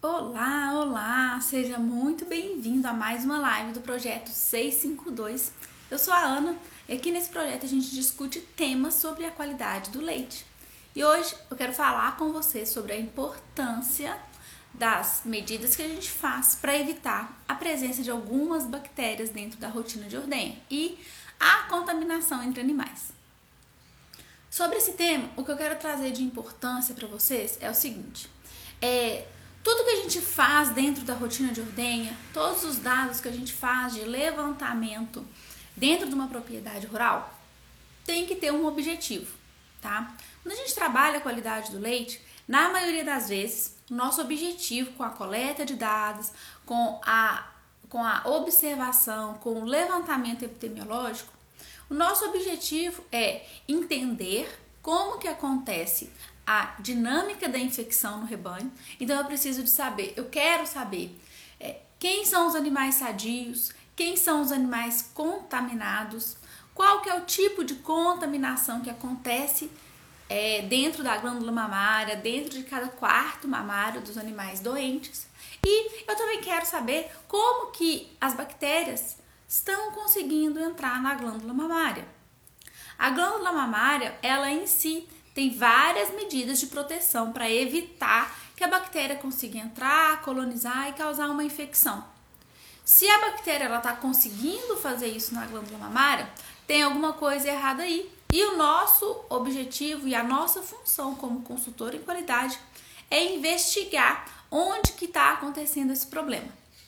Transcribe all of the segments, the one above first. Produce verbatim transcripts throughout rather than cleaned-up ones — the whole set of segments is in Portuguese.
Olá, olá! Seja muito bem-vindo a mais uma live do projeto seiscentos e cinquenta e dois. Eu sou a Ana e aqui nesse projeto a gente discute temas sobre a qualidade do leite. E hoje eu quero falar com você sobre a importância das medidas que a gente faz para evitar a presença de algumas bactérias dentro da rotina de ordenha e a contaminação entre animais. Sobre esse tema, o que eu quero trazer de importância para vocês é o seguinte: é, tudo que a gente faz dentro da rotina de ordenha, todos os dados que a gente faz de levantamento dentro de uma propriedade rural, tem que ter um objetivo, tá? Quando a gente trabalha a qualidade do leite, na maioria das vezes, o nosso objetivo com a coleta de dados, com a, com a observação, com o levantamento epidemiológico, o nosso objetivo é entender como que acontece a dinâmica da infecção no rebanho. Então eu preciso de saber, eu quero saber é, quem são os animais sadios, quem são os animais contaminados, qual que é o tipo de contaminação que acontece é, dentro da glândula mamária, dentro de cada quarto mamário dos animais doentes. E eu também quero saber como que as bactérias estão conseguindo entrar na glândula mamária. A glândula mamária, ela em si tem várias medidas de proteção para evitar que a bactéria consiga entrar, colonizar e causar uma infecção. Se a bactéria está conseguindo fazer isso na glândula mamária, tem alguma coisa errada aí. E o nosso objetivo e a nossa função como consultor em qualidade é investigar onde que está acontecendo esse problema.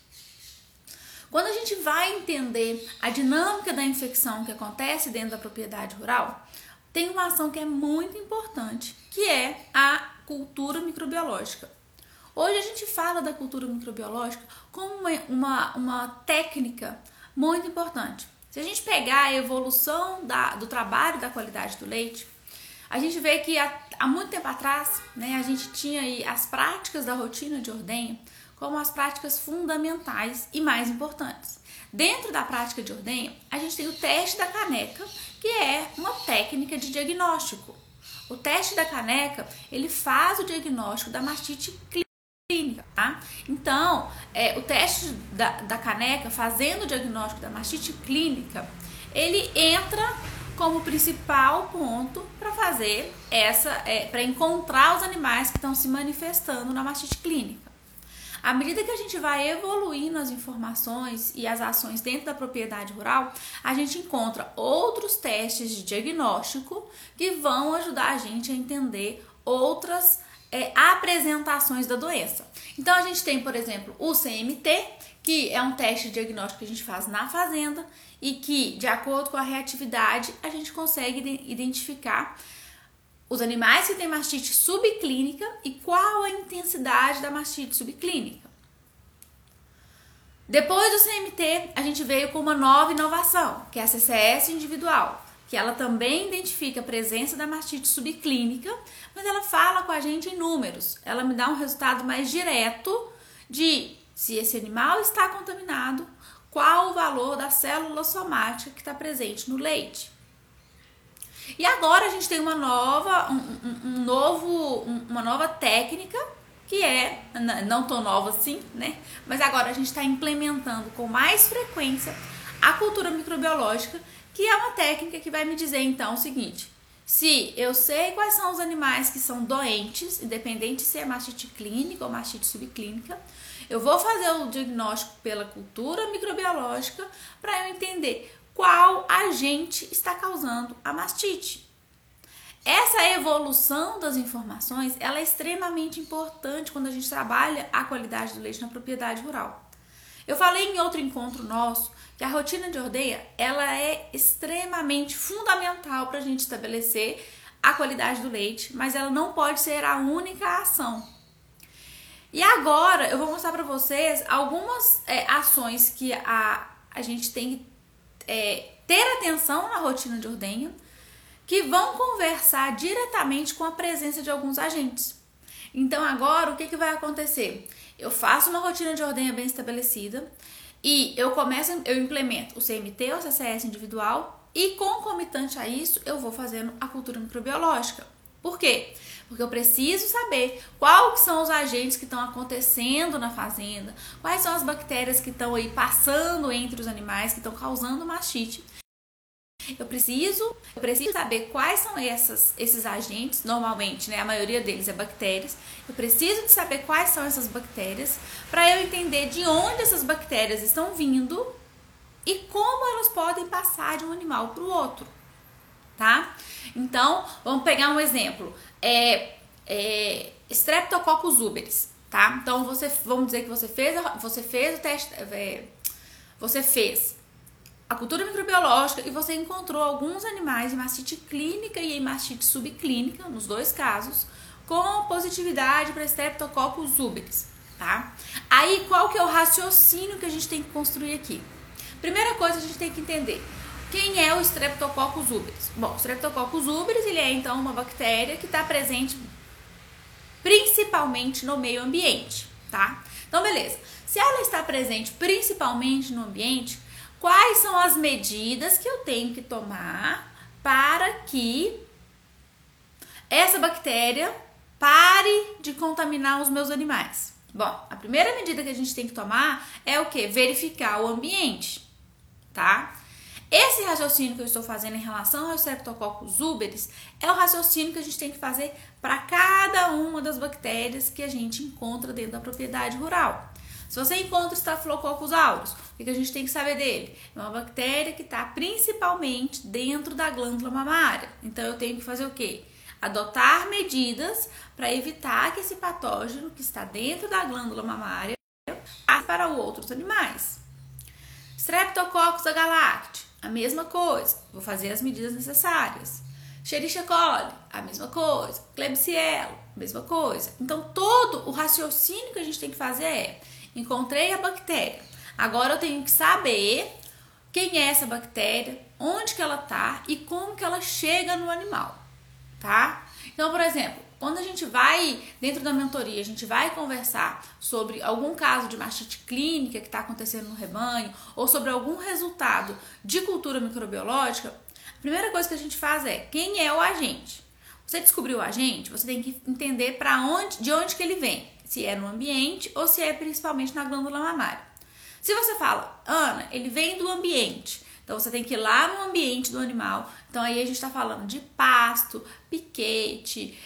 Quando a gente vai entender a dinâmica da infecção que acontece dentro da propriedade rural, tem uma ação que é muito importante, que é a cultura microbiológica. Hoje a gente fala da cultura microbiológica como uma, uma, uma técnica muito importante. Se a gente pegar a evolução da, do trabalho da qualidade do leite, a gente vê que há, há muito tempo atrás, né, a gente tinha aí as práticas da rotina de ordenha como as práticas fundamentais e mais importantes. Dentro da prática de ordenha, a gente tem o teste da caneca, que é uma técnica de diagnóstico. O teste da caneca, ele faz o diagnóstico da mastite clínica, tá? Então, é, o teste da, da caneca, fazendo o diagnóstico da mastite clínica, ele entra como principal ponto para fazer essa, é, para encontrar os animais que estão se manifestando na mastite clínica. À medida que a gente vai evoluindo as informações e as ações dentro da propriedade rural, a gente encontra outros testes de diagnóstico que vão ajudar a gente a entender outras é, apresentações da doença. Então a gente tem, por exemplo, o C M T, que é um teste de diagnóstico que a gente faz na fazenda e que, de acordo com a reatividade, a gente consegue identificar os animais que têm mastite subclínica e qual a intensidade da mastite subclínica. Depois do C M T, a gente veio com uma nova inovação, que é a C C S individual, que ela também identifica a presença da mastite subclínica, mas ela fala com a gente em números. Ela me dá um resultado mais direto de se esse animal está contaminado, qual o valor da célula somática que está presente no leite. E agora a gente tem uma nova, um, um, um novo, um, uma nova técnica, que é, não tão nova assim, né? Mas agora a gente está implementando com mais frequência a cultura microbiológica, que é uma técnica que vai me dizer então o seguinte: se eu sei quais são os animais que são doentes, independente se é mastite clínica ou mastite subclínica, eu vou fazer o diagnóstico pela cultura microbiológica para eu entender qual agente está causando a mastite. Essa evolução das informações, ela é extremamente importante quando a gente trabalha a qualidade do leite na propriedade rural. Eu falei em outro encontro nosso que a rotina de ordenha, ela é extremamente fundamental para a gente estabelecer a qualidade do leite, mas ela não pode ser a única ação. E agora eu vou mostrar para vocês algumas é, ações que a, a gente tem que É, ter atenção na rotina de ordenha, que vão conversar diretamente com a presença de alguns agentes. Então agora o que, que vai acontecer? Eu faço uma rotina de ordenha bem estabelecida e eu começo, eu implemento o C M T ou C C S individual e concomitante a isso eu vou fazendo a cultura microbiológica. Por quê? Porque eu preciso saber quais são os agentes que estão acontecendo na fazenda, quais são as bactérias que estão aí passando entre os animais, que estão causando mastite. Eu preciso, eu preciso saber quais são essas, esses agentes, normalmente, né, a maioria deles é bactérias. Eu preciso de saber quais são essas bactérias para eu entender de onde essas bactérias estão vindo e como elas podem passar de um animal para o outro, tá? Então, vamos pegar um exemplo. É, é, Streptococcus uberis, tá? Então, você, vamos dizer que você fez, você fez o teste, é, você fez a cultura microbiológica e você encontrou alguns animais em mastite clínica e em mastite subclínica, nos dois casos, com positividade para Streptococcus uberis, tá? Aí, qual que é o raciocínio que a gente tem que construir aqui? Primeira coisa, a gente tem que entender quem é o Streptococcus uberis. Bom, o Streptococcus uberis, ele é então uma bactéria que está presente principalmente no meio ambiente, tá? Então, beleza. Se ela está presente principalmente no ambiente, quais são as medidas que eu tenho que tomar para que essa bactéria pare de contaminar os meus animais? Bom, a primeira medida que a gente tem que tomar é o quê? Verificar o ambiente, tá? Esse raciocínio que eu estou fazendo em relação ao Streptococcus uberis é o raciocínio que a gente tem que fazer para cada uma das bactérias que a gente encontra dentro da propriedade rural. Se você encontra Staphylococcus aureus, o que a gente tem que saber dele? É uma bactéria que está principalmente dentro da glândula mamária. Então, eu tenho que fazer o quê? Adotar medidas para evitar que esse patógeno que está dentro da glândula mamária passe para outros animais. Streptococcus agalacti, a mesma coisa. Vou fazer as medidas necessárias. Escherichia coli, a mesma coisa. Klebsiella, a mesma coisa. Então, todo o raciocínio que a gente tem que fazer é: encontrei a bactéria, agora eu tenho que saber quem é essa bactéria, onde que ela tá e como que ela chega no animal, tá? Então, por exemplo, quando a gente vai, dentro da mentoria, a gente vai conversar sobre algum caso de mastite clínica que está acontecendo no rebanho ou sobre algum resultado de cultura microbiológica, a primeira coisa que a gente faz é: quem é o agente? Você descobriu o agente, você tem que entender para onde, de onde que ele vem. Se é no ambiente ou se é principalmente na glândula mamária. Se você fala: Ana, ele vem do ambiente, então você tem que ir lá no ambiente do animal. Então aí a gente está falando de pasto, piquete,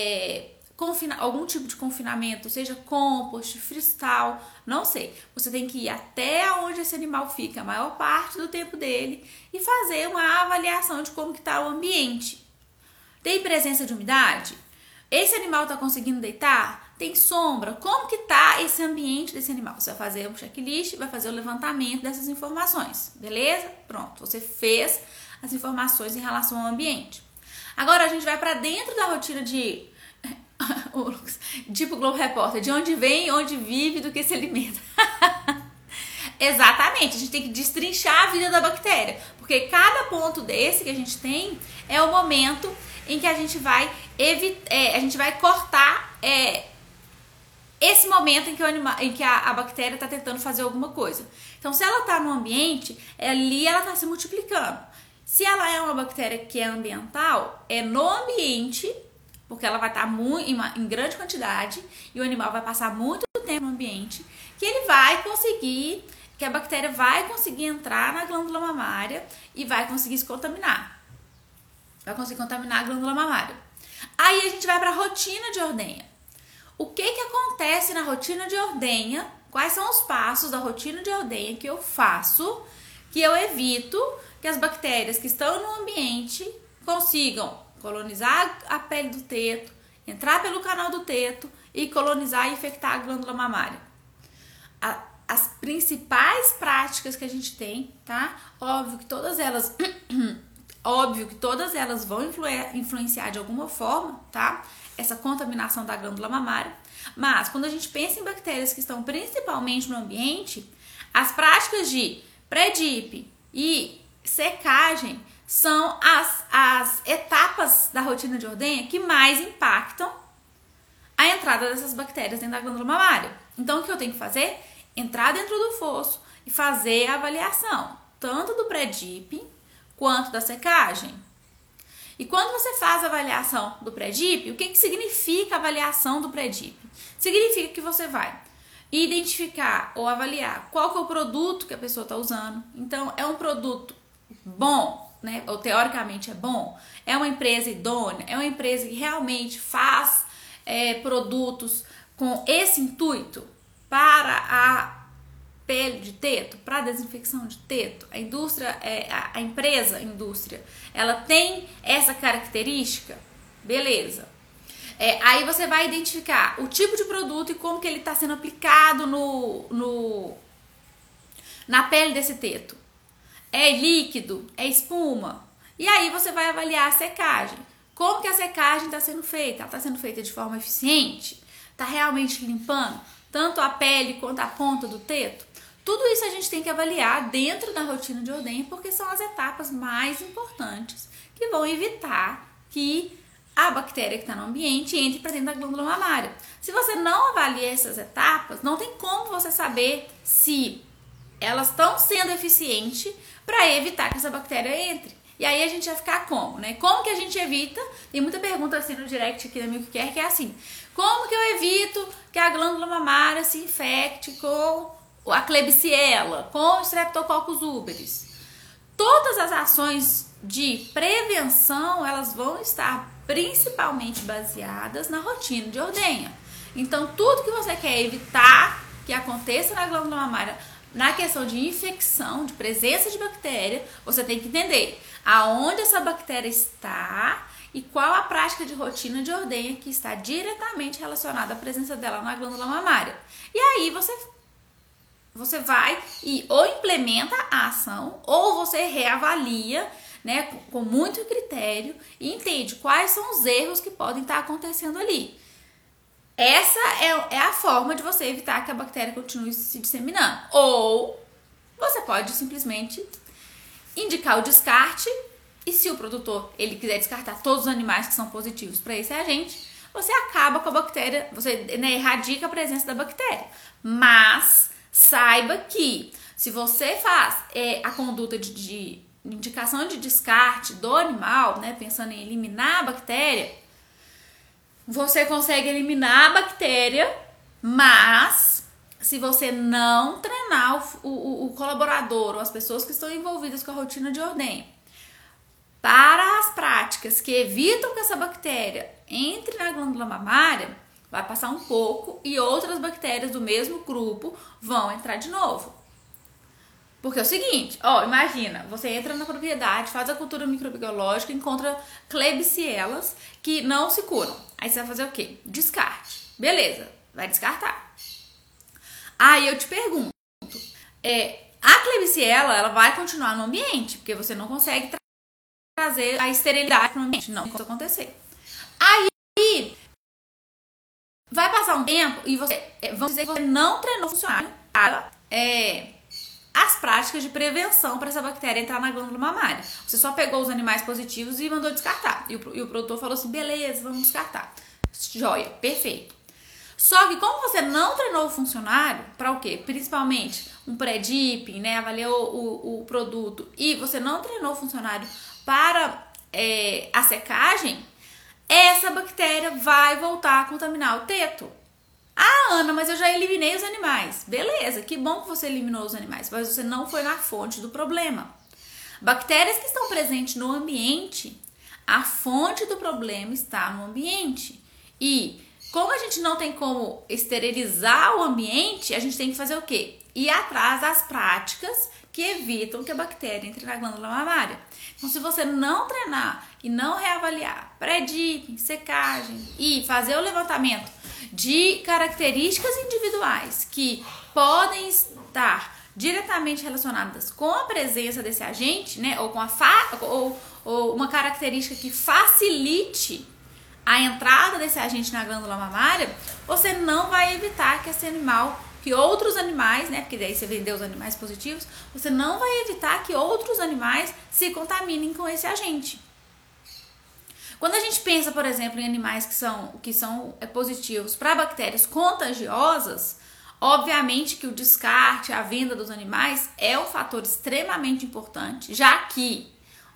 é, confina, algum tipo de confinamento, seja compost, freestyle, não sei. Você tem que ir até onde esse animal fica a maior parte do tempo dele e fazer uma avaliação de como que está o ambiente. Tem presença de umidade? Esse animal está conseguindo deitar? Tem sombra? Como que tá esse ambiente desse animal? Você vai fazer um checklist, vai fazer o levantamento dessas informações, beleza? Pronto, você fez as informações em relação ao ambiente. Agora a gente vai para dentro da rotina de tipo Globo Repórter, de onde vem, onde vive, do que se alimenta. Exatamente, a gente tem que destrinchar a vida da bactéria, porque cada ponto desse que a gente tem é o momento em que a gente vai evitar, é, a gente vai cortar é, esse momento em que, o anima, em que a, a bactéria está tentando fazer alguma coisa. Então, se ela está no ambiente, ali ela está se multiplicando. Se ela é uma bactéria que é ambiental, é no ambiente, porque ela vai estar muito, em, uma, em grande quantidade e o animal vai passar muito tempo no ambiente, que ele vai conseguir, que a bactéria vai conseguir entrar na glândula mamária e vai conseguir se contaminar. Vai conseguir contaminar a glândula mamária. Aí a gente vai para a rotina de ordenha. O que que acontece na rotina de ordenha? Quais são os passos da rotina de ordenha que eu faço, que eu evito que as bactérias que estão no ambiente consigam colonizar a pele do teto, entrar pelo canal do teto e colonizar e infectar a glândula mamária? A, as principais práticas que a gente tem, tá? Óbvio que todas elas... Óbvio que todas elas vão influ- influenciar de alguma forma, tá? Essa contaminação da glândula mamária. Mas quando a gente pensa em bactérias que estão principalmente no ambiente, as práticas de pré-dip e secagem são as, as etapas da rotina de ordenha que mais impactam a entrada dessas bactérias dentro da glândula mamária. Então, o que eu tenho que fazer? Entrar dentro do fosso e fazer a avaliação, tanto do pré-dip quanto da secagem. E quando você faz a avaliação do pré-D I P, o que, que significa a avaliação do pré-D I P? Significa que você vai identificar ou avaliar qual que é o produto que a pessoa está usando. Então, é um produto bom, né? Ou teoricamente é bom, é uma empresa idônea, é uma empresa que realmente faz é, produtos com esse intuito para a pele de teto, para a desinfecção de teto. A indústria, é, a, a empresa, a indústria, ela tem essa característica, beleza. É, aí você vai identificar o tipo de produto e como que ele está sendo aplicado no, no, na pele desse teto. É líquido? É espuma? E aí você vai avaliar a secagem. Como que a secagem está sendo feita? Ela está sendo feita de forma eficiente? Está realmente limpando tanto a pele quanto a ponta do teto? Tudo isso a gente tem que avaliar dentro da rotina de ordenha, porque são as etapas mais importantes que vão evitar que a bactéria que está no ambiente entre para dentro da glândula mamária. Se você não avalia essas etapas, não tem como você saber se elas estão sendo eficientes para evitar que essa bactéria entre. E aí a gente vai ficar como, né? Como que a gente evita? Tem muita pergunta assim no direct aqui da Milkcare que é assim: como que eu evito que a glândula mamária se infecte com a Klebsiella, com o Streptococcus uberis? Todas as ações de prevenção, elas vão estar principalmente baseadas na rotina de ordenha. Então, tudo que você quer evitar que aconteça na glândula mamária, na questão de infecção, de presença de bactéria, você tem que entender aonde essa bactéria está e qual a prática de rotina de ordenha que está diretamente relacionada à presença dela na glândula mamária. E aí você Você vai e ou implementa a ação ou você reavalia, né, com, com muito critério e entende quais são os erros que podem estar acontecendo ali. Essa é, é a forma de você evitar que a bactéria continue se disseminando. Ou você pode simplesmente indicar o descarte e se o produtor ele quiser descartar todos os animais que são positivos para esse agente, você acaba com a bactéria, você, né, erradica a presença da bactéria. Mas saiba que se você faz é, a conduta de, de indicação de descarte do animal, né, pensando em eliminar a bactéria, você consegue eliminar a bactéria, mas se você não treinar o, o, o colaborador ou as pessoas que estão envolvidas com a rotina de ordenha para as práticas que evitam que essa bactéria entre na glândula mamária, vai passar um pouco e outras bactérias do mesmo grupo vão entrar de novo. Porque é o seguinte, ó, imagina, você entra na propriedade, faz a cultura microbiológica, encontra Klebsiellas que não se curam. Aí você vai fazer o quê? Descarte. Beleza, vai descartar. Aí eu te pergunto, é, a Klebsiella, ela vai continuar no ambiente, porque você não consegue tra trazer a esterilidade para o ambiente. Não pode acontecer. Aí vai passar um tempo e você, vamos dizer que você não treinou o funcionário para é, as práticas de prevenção para essa bactéria entrar na glândula mamária. Você só pegou os animais positivos e mandou descartar. E o, e o produtor falou assim, beleza, vamos descartar. Joia, perfeito. Só que como você não treinou o funcionário, para o quê? Principalmente um pré-dipping, né? Avaliou o, o produto e você não treinou o funcionário para é, a secagem, essa bactéria vai voltar a contaminar o teto. Ah, Ana, mas eu já eliminei os animais. Beleza, que bom que você eliminou os animais, mas você não foi na fonte do problema. Bactérias que estão presentes no ambiente, a fonte do problema está no ambiente. E como a gente não tem como esterilizar o ambiente, a gente tem que fazer o quê? Ir atrás das práticas que evitam que a bactéria entre na glândula mamária. Então, se você não treinar e não reavaliar pré-dipping, secagem e fazer o levantamento de características individuais que podem estar diretamente relacionadas com a presença desse agente, né, ou com a fa ou, ou uma característica que facilite a entrada desse agente na glândula mamária, você não vai evitar que esse animal, que outros animais, né, porque daí você vendeu os animais positivos, você não vai evitar que outros animais se contaminem com esse agente. Quando a gente pensa, por exemplo, em animais que são, que são positivos para bactérias contagiosas, obviamente que o descarte, a venda dos animais é um fator extremamente importante, já que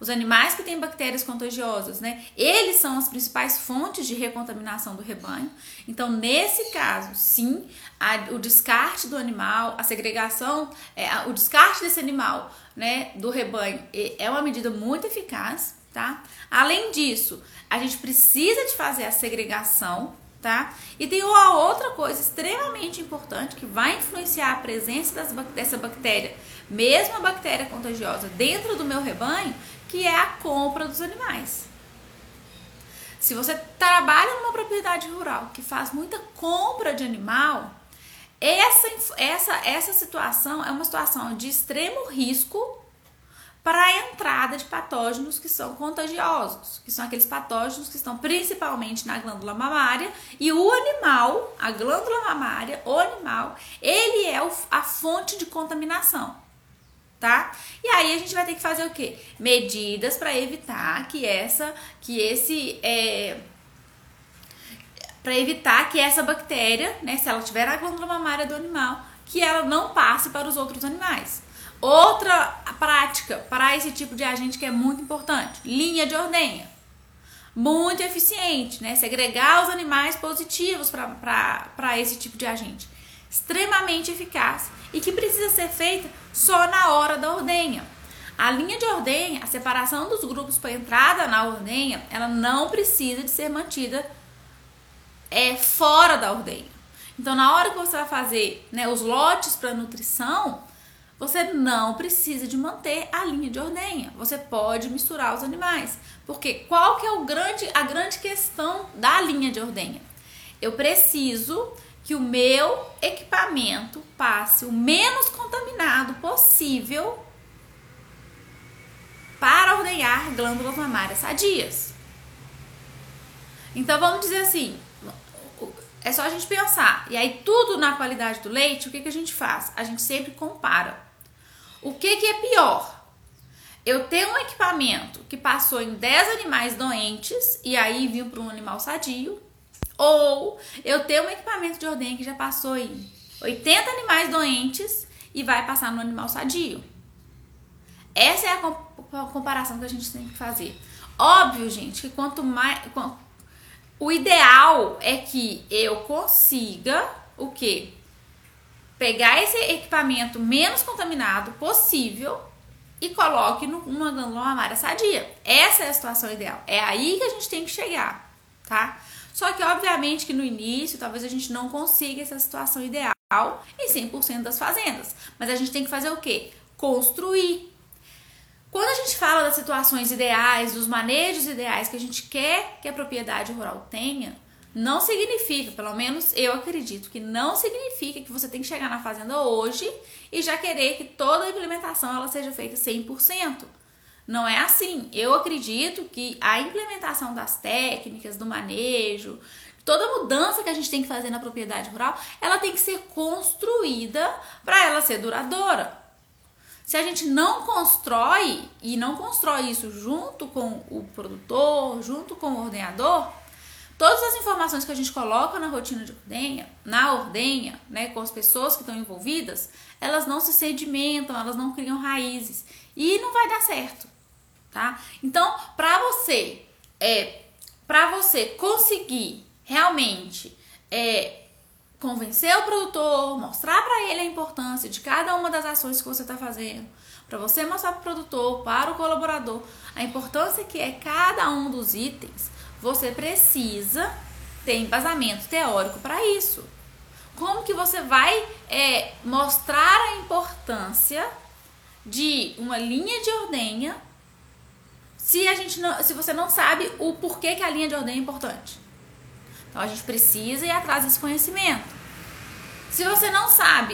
Os animais que têm bactérias contagiosas, né? Eles são as principais fontes de recontaminação do rebanho. Então, nesse caso, sim, a, o descarte do animal, a segregação, é, a, o descarte desse animal, né, do rebanho é uma medida muito eficaz, tá? Além disso, a gente precisa de fazer a segregação, tá? E tem uma outra coisa extremamente importante que vai influenciar a presença das, dessa bactéria, mesmo a bactéria contagiosa, dentro do meu rebanho, que é a compra dos animais. Se você trabalha numa propriedade rural que faz muita compra de animal, essa, essa, essa situação é uma situação de extremo risco para a entrada de patógenos que são contagiosos, que são aqueles patógenos que estão principalmente na glândula mamária, e o animal, a glândula mamária, o animal, ele é o, a fonte de contaminação, tá? E aí a gente vai ter que fazer o quê? Medidas para evitar que essa, que esse, é, para evitar que essa bactéria, né, se ela estiver na glândula mamária do animal, que ela não passe para os outros animais. Outra prática para esse tipo de agente que é muito importante, linha de ordenha. Muito eficiente, né? Segregar os animais positivos para esse tipo de agente. Extremamente eficaz e que precisa ser feita só na hora da ordenha. A linha de ordenha, a separação dos grupos para entrada na ordenha, ela não precisa de ser mantida é, fora da ordenha. Então, na hora que você vai fazer, né, os lotes para nutrição, você não precisa de manter a linha de ordenha. Você pode misturar os animais. Porque qual que é o grande, a grande questão da linha de ordenha? Eu preciso que o meu equipamento passe o menos contaminado possível para ordenhar glândulas mamárias sadias. Então, vamos dizer assim, é só a gente pensar. E aí, tudo na qualidade do leite, o que, que a gente faz? A gente sempre compara. O que, que é pior? Eu tenho um equipamento que passou em dez animais doentes e aí viu para um animal sadio, ou eu tenho um equipamento de ordenha que já passou em oitenta animais doentes e vai passar no animal sadio. Essa é a comparação que a gente tem que fazer. Óbvio, gente, que quanto mais... O ideal é que eu consiga o quê? Pegar esse equipamento menos contaminado possível e coloque numa glândula mamária sadia. Essa é a situação ideal. É aí que a gente tem que chegar, tá? Só que, obviamente, que no início, talvez a gente não consiga essa situação ideal em cem por cento das fazendas. Mas a gente tem que fazer o quê? Construir. Quando a gente fala das situações ideais, dos manejos ideais que a gente quer que a propriedade rural tenha, não significa, pelo menos eu acredito que não significa que você tem que chegar na fazenda hoje e já querer que toda a implementação ela seja feita cem por cento. Não é assim. Eu acredito que a implementação das técnicas, do manejo, toda mudança que a gente tem que fazer na propriedade rural, ela tem que ser construída para ela ser duradoura. Se a gente não constrói, e não constrói isso junto com o produtor, junto com o ordenhador, todas as informações que a gente coloca na rotina de ordenha, na ordenha, né, com as pessoas que estão envolvidas, elas não se sedimentam, elas não criam raízes e não vai dar certo, tá? Então, para você, é, para você conseguir realmente é, convencer o produtor, mostrar para ele a importância de cada uma das ações que você está fazendo, para você mostrar para o produtor, para o colaborador, a importância que é cada um dos itens, você precisa ter embasamento teórico para isso. Como que você vai é, mostrar a importância de uma linha de ordenha se, a gente não, se você não sabe o porquê que a linha de ordenha é importante? Então, a gente precisa ir atrás desse conhecimento. Se você não sabe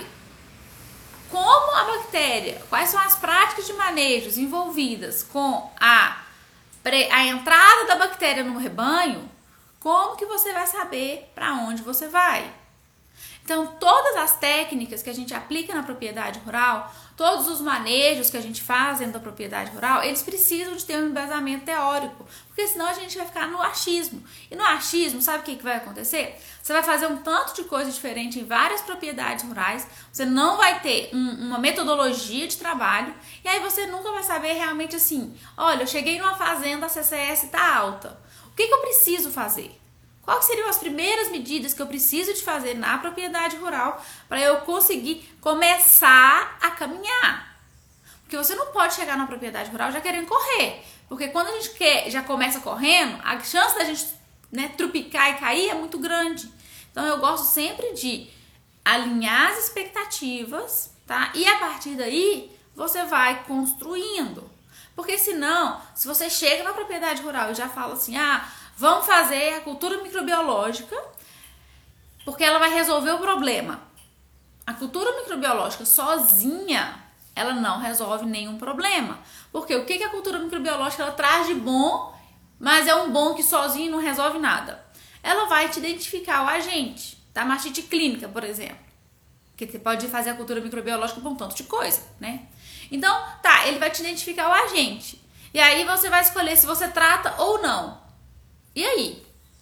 como a bactéria, quais são as práticas de manejo envolvidas com a, a entrada da bactéria no rebanho, como que você vai saber para onde você vai? Então, todas as técnicas que a gente aplica na propriedade rural, todos os manejos que a gente faz dentro da propriedade rural, eles precisam de ter um embasamento teórico, porque senão a gente vai ficar no achismo. E no achismo, sabe o que, que vai acontecer? Você vai fazer um tanto de coisa diferente em várias propriedades rurais, você não vai ter um, uma metodologia de trabalho, e aí você nunca vai saber realmente assim, olha, eu cheguei numa fazenda, a C C S está alta, o que, que eu preciso fazer? Quais seriam as primeiras medidas que eu preciso de fazer na propriedade rural para eu conseguir começar a caminhar? Porque você não pode chegar na propriedade rural já querendo correr. Porque quando a gente quer, já começa correndo, a chance da gente, né, trupicar e cair é muito grande. Então eu gosto sempre de alinhar as expectativas, tá? E a partir daí você vai construindo. Porque senão, se você chega na propriedade rural e já fala assim, ah, vamos fazer a cultura microbiológica, porque ela vai resolver o problema. A cultura microbiológica sozinha, ela não resolve nenhum problema. Porque o que a cultura microbiológica ela traz de bom, mas é um bom que sozinho não resolve nada? Ela vai te identificar o agente da mastite clínica, por exemplo. Porque você pode fazer a cultura microbiológica com um tanto de coisa, né? Então, tá, ele vai te identificar o agente. E aí você vai escolher se você trata ou não. E aí?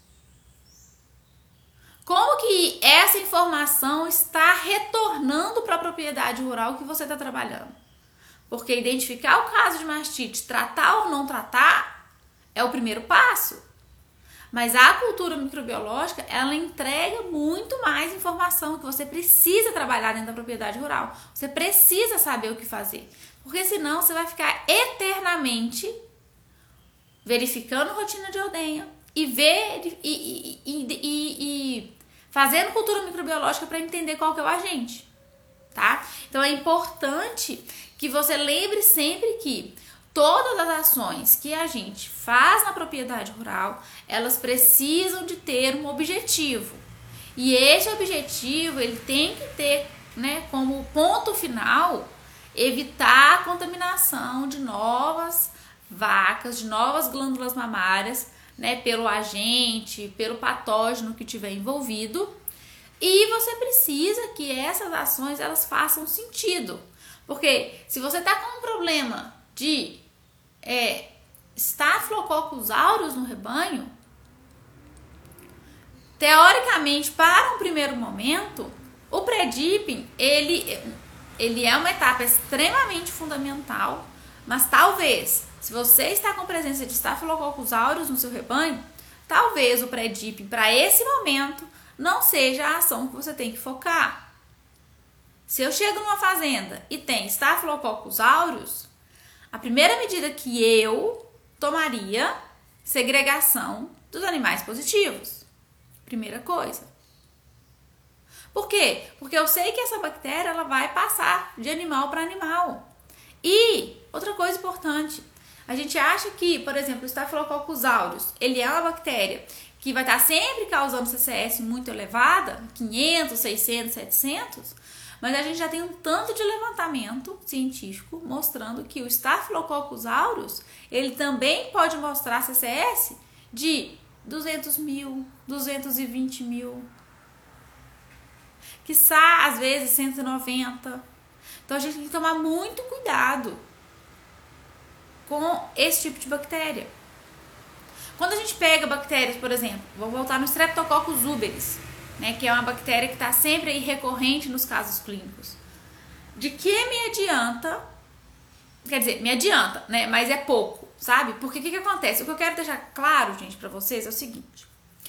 Como que essa informação está retornando para a propriedade rural que você está trabalhando? Porque identificar o caso de mastite, tratar ou não tratar, é o primeiro passo. Mas a cultura microbiológica, ela entrega muito mais informação que você precisa trabalhar dentro da propriedade rural. Você precisa saber o que fazer. Porque senão você vai ficar eternamente verificando rotina de ordenha, e ver e, e, e, e, e fazendo cultura microbiológica para entender qual que é o agente, tá? Então é importante que você lembre sempre que todas as ações que a gente faz na propriedade rural, elas precisam de ter um objetivo. E esse objetivo, ele tem que ter, né, como ponto final, evitar a contaminação de novas vacas, de novas glândulas mamárias, né, pelo agente, pelo patógeno que tiver envolvido, e você precisa que essas ações elas façam sentido, porque se você está com um problema de é, Staphylococcus aureus no rebanho, teoricamente para um primeiro momento o pré-dipping ele, ele é uma etapa extremamente fundamental, mas talvez se você está com presença de Staphylococcus aureus no seu rebanho, talvez o pré-dipping para esse momento não seja a ação que você tem que focar. Se eu chego numa fazenda e tem Staphylococcus aureus, a primeira medida que eu tomaria, segregação dos animais positivos. Primeira coisa. Por quê? Porque eu sei que essa bactéria ela vai passar de animal para animal. E outra coisa importante, a gente acha que, por exemplo, o Staphylococcus aureus, ele é uma bactéria que vai estar sempre causando C C S muito elevada, quinhentos, seiscentos, setecentos, mas a gente já tem um tanto de levantamento científico mostrando que o Staphylococcus aureus, ele também pode mostrar C C S de duzentos mil, duzentos e vinte mil, quiçá às vezes cento e noventa. Então a gente tem que tomar muito cuidado com esse tipo de bactéria. Quando a gente pega bactérias, por exemplo, vou voltar no Streptococcus uberis, né, que é uma bactéria que está sempre aí recorrente nos casos clínicos. De que me adianta, quer dizer, me adianta, né, mas é pouco, sabe? Porque o que, que acontece? O que eu quero deixar claro, gente, para vocês é o seguinte.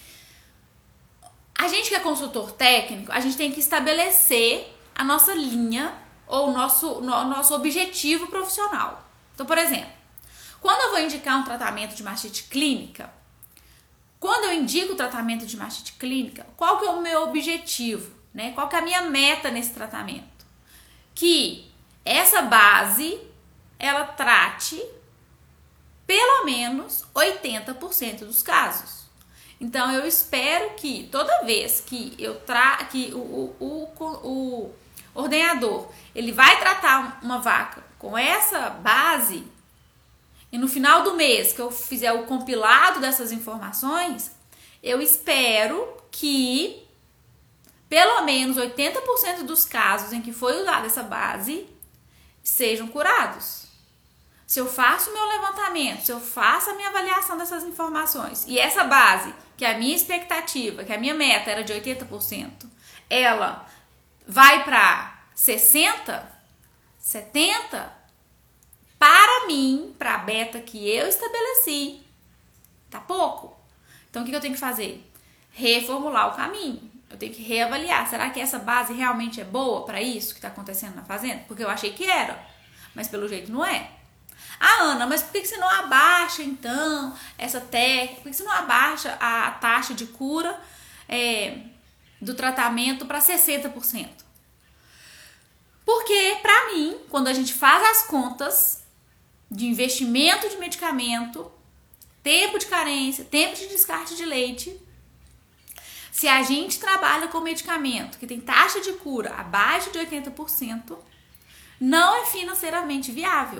A gente que é consultor técnico, a gente tem que estabelecer a nossa linha ou o nosso, no, nosso objetivo profissional. Então, por exemplo, quando eu vou indicar um tratamento de mastite clínica, quando eu indico o tratamento de mastite clínica, qual que é o meu objetivo, né? Qual que é a minha meta nesse tratamento? Que essa base, ela trate pelo menos oitenta por cento dos casos. Então, eu espero que toda vez que eu tra que o, o, o, o ordenador ele vai tratar uma vaca com essa base, e no final do mês que eu fizer o compilado dessas informações, eu espero que pelo menos oitenta por cento dos casos em que foi usada essa base sejam curados. Se eu faço o meu levantamento, se eu faço a minha avaliação dessas informações e essa base, que é a minha expectativa, que a minha meta era de oitenta por cento, ela vai para sessenta por cento, setenta por cento, para mim, para a beta que eu estabeleci, tá pouco. Então, o que eu tenho que fazer? Reformular o caminho. Eu tenho que reavaliar. Será que essa base realmente é boa para isso que está acontecendo na fazenda? Porque eu achei que era, mas pelo jeito não é. Ah, Ana, mas por que você não abaixa, então, essa técnica? Por que você não abaixa a taxa de cura é, do tratamento para sessenta por cento? Porque, para mim, quando a gente faz as contas de investimento de medicamento, tempo de carência, tempo de descarte de leite, se a gente trabalha com medicamento que tem taxa de cura abaixo de oitenta por cento, não é financeiramente viável.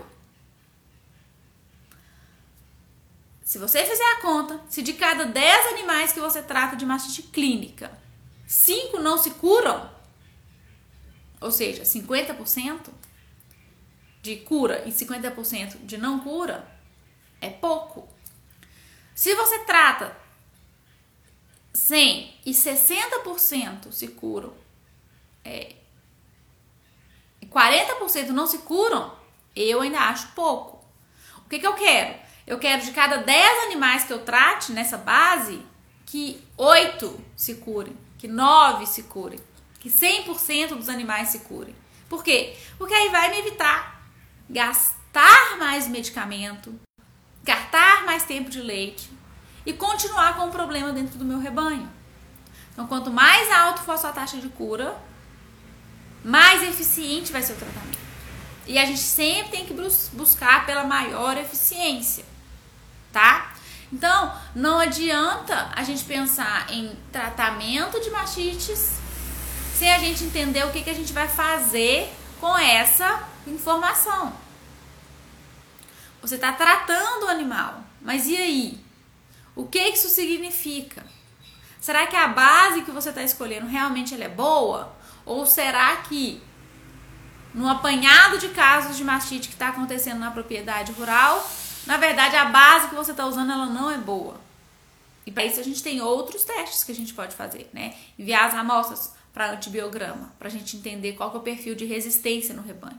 Se você fizer a conta, se de cada dez animais que você trata de mastite clínica, cinco não se curam, ou seja, cinquenta por cento de cura e cinquenta por cento de não cura, é pouco. Se você trata cem e sessenta por cento se curam, é, e quarenta por cento não se curam, eu ainda acho pouco. O que, que eu quero? Eu quero de cada dez animais que eu trate nessa base, que oito se curem, que nove se curem, que cem por cento dos animais se curem. Por quê? Porque aí vai me evitar gastar mais medicamento, gastar mais tempo de leite e continuar com o problema dentro do meu rebanho. Então, quanto mais alto for a sua taxa de cura, mais eficiente vai ser o tratamento. E a gente sempre tem que buscar pela maior eficiência, tá? Então, não adianta a gente pensar em tratamento de mastites sem a gente entender o que, que a gente vai fazer com essa informação. Você está tratando o animal, mas e aí? O que isso significa? Será que a base que você está escolhendo realmente ela é boa? Ou será que no apanhado de casos de mastite que está acontecendo na propriedade rural, na verdade a base que você está usando ela não é boa? E para isso a gente tem outros testes que a gente pode fazer, né? Enviar as amostras para antibiograma, para a gente entender qual que é o perfil de resistência no rebanho.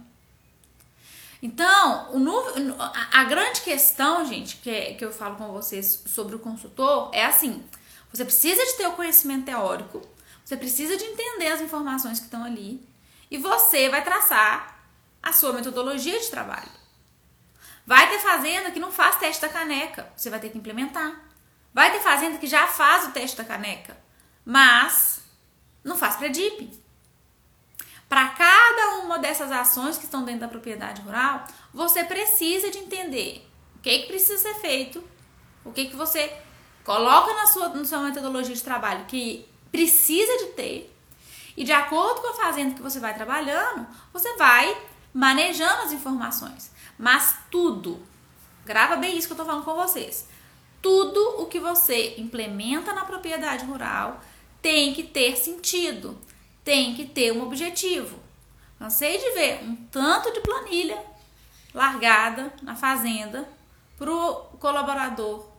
Então, o, a, a grande questão, gente, que, é, que eu falo com vocês sobre o consultor é assim: você precisa de ter o conhecimento teórico, você precisa de entender as informações que estão ali e você vai traçar a sua metodologia de trabalho. Vai ter fazenda que não faz teste da caneca, você vai ter que implementar. Vai ter fazenda que já faz o teste da caneca, mas não faz pré-D I P. Para cada uma dessas ações que estão dentro da propriedade rural, você precisa de entender o que, que precisa ser feito, o que, que você coloca na sua, na sua metodologia de trabalho que precisa de ter, e de acordo com a fazenda que você vai trabalhando, você vai manejando as informações. Mas tudo, grava bem isso que eu estou falando com vocês, tudo o que você implementa na propriedade rural tem que ter sentido. Tem que ter um objetivo. Cansei de ver um tanto de planilha largada na fazenda para o colaborador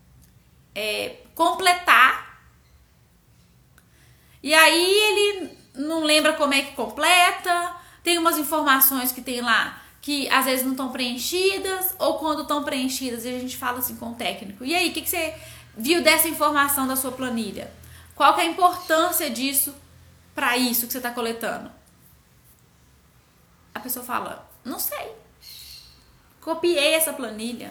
é, completar. E aí ele não lembra como é que completa. Tem umas informações que tem lá que às vezes não estão preenchidas, ou quando estão preenchidas e a gente fala assim com o técnico. E aí, o que, que você viu dessa informação da sua planilha? Qual que é a importância disso para isso que você está coletando? A pessoa fala, não sei. Copiei essa planilha.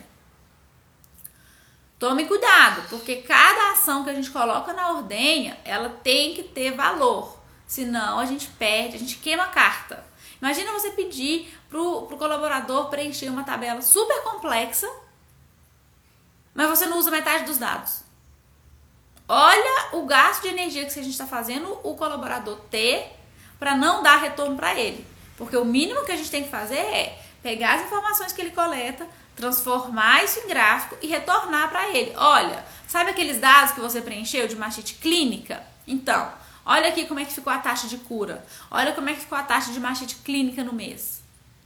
Tome cuidado, porque cada ação que a gente coloca na ordenha, ela tem que ter valor. Senão a gente perde, a gente queima a carta. Imagina você pedir pro, pro colaborador preencher uma tabela super complexa, mas você não usa metade dos dados. Olha o gasto de energia que a gente está fazendo o colaborador ter para não dar retorno para ele. Porque o mínimo que a gente tem que fazer é pegar as informações que ele coleta, transformar isso em gráfico e retornar para ele. Olha, sabe aqueles dados que você preencheu de mastite clínica? Então, Olha aqui como é que ficou a taxa de cura. Olha como é que ficou a taxa de mastite clínica no mês.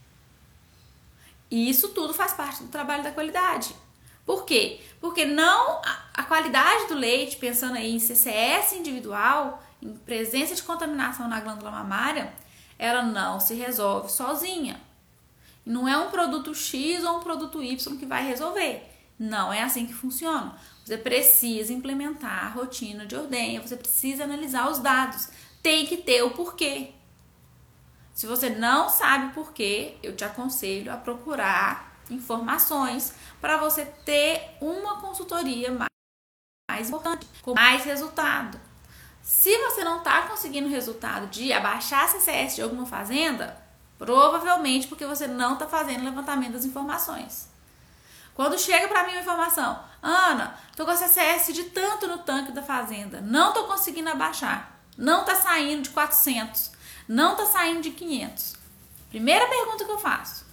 E isso tudo faz parte do trabalho da qualidade. Por quê? Porque não a, a qualidade do leite, pensando aí em C C S individual, em presença de contaminação na glândula mamária, ela não se resolve sozinha. Não é um produto X ou um produto Y que vai resolver. Não é assim que funciona. Você precisa implementar a rotina de ordenha, você precisa analisar os dados. Tem que ter o porquê. Se você não sabe o porquê, eu te aconselho a procurar informações para você ter uma consultoria mais, mais importante, com mais resultado. Se você não está conseguindo resultado de abaixar a C C S de alguma fazenda, provavelmente porque você não está fazendo levantamento das informações. Quando chega para mim uma informação, Ana, tô com a C C S de tanto no tanque da fazenda, não tô conseguindo abaixar, não tá saindo de quatrocentos, não tá saindo de quinhentos. Primeira pergunta que eu faço,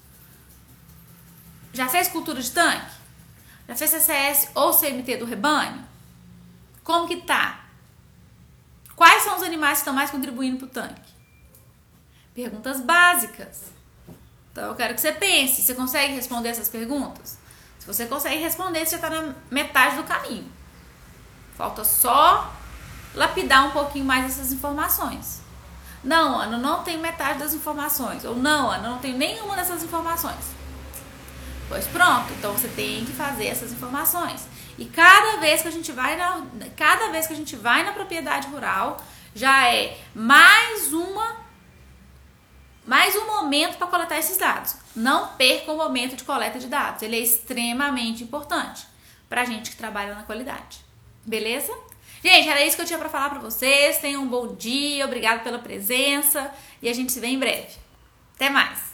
já fez cultura de tanque? Já fez C C S ou C M T do rebanho? Como que tá? Quais são os animais que estão mais contribuindo para o tanque? Perguntas básicas. Então eu quero que você pense, você consegue responder essas perguntas? Se você consegue responder, você já está na metade do caminho. Falta só lapidar um pouquinho mais essas informações. Não, Ana, não tenho metade das informações. Ou não, Ana, não tenho nenhuma dessas informações. Pois pronto, então você tem que fazer essas informações. E cada vez que a gente vai na, cada vez que a gente vai na propriedade rural, já é mais uma mais um momento para coletar esses dados. Não perca o momento de coleta de dados. Ele é extremamente importante para a gente que trabalha na qualidade. Beleza? Gente, era isso que eu tinha para falar para vocês. Tenham um bom dia, obrigado pela presença e a gente se vê em breve. Até mais!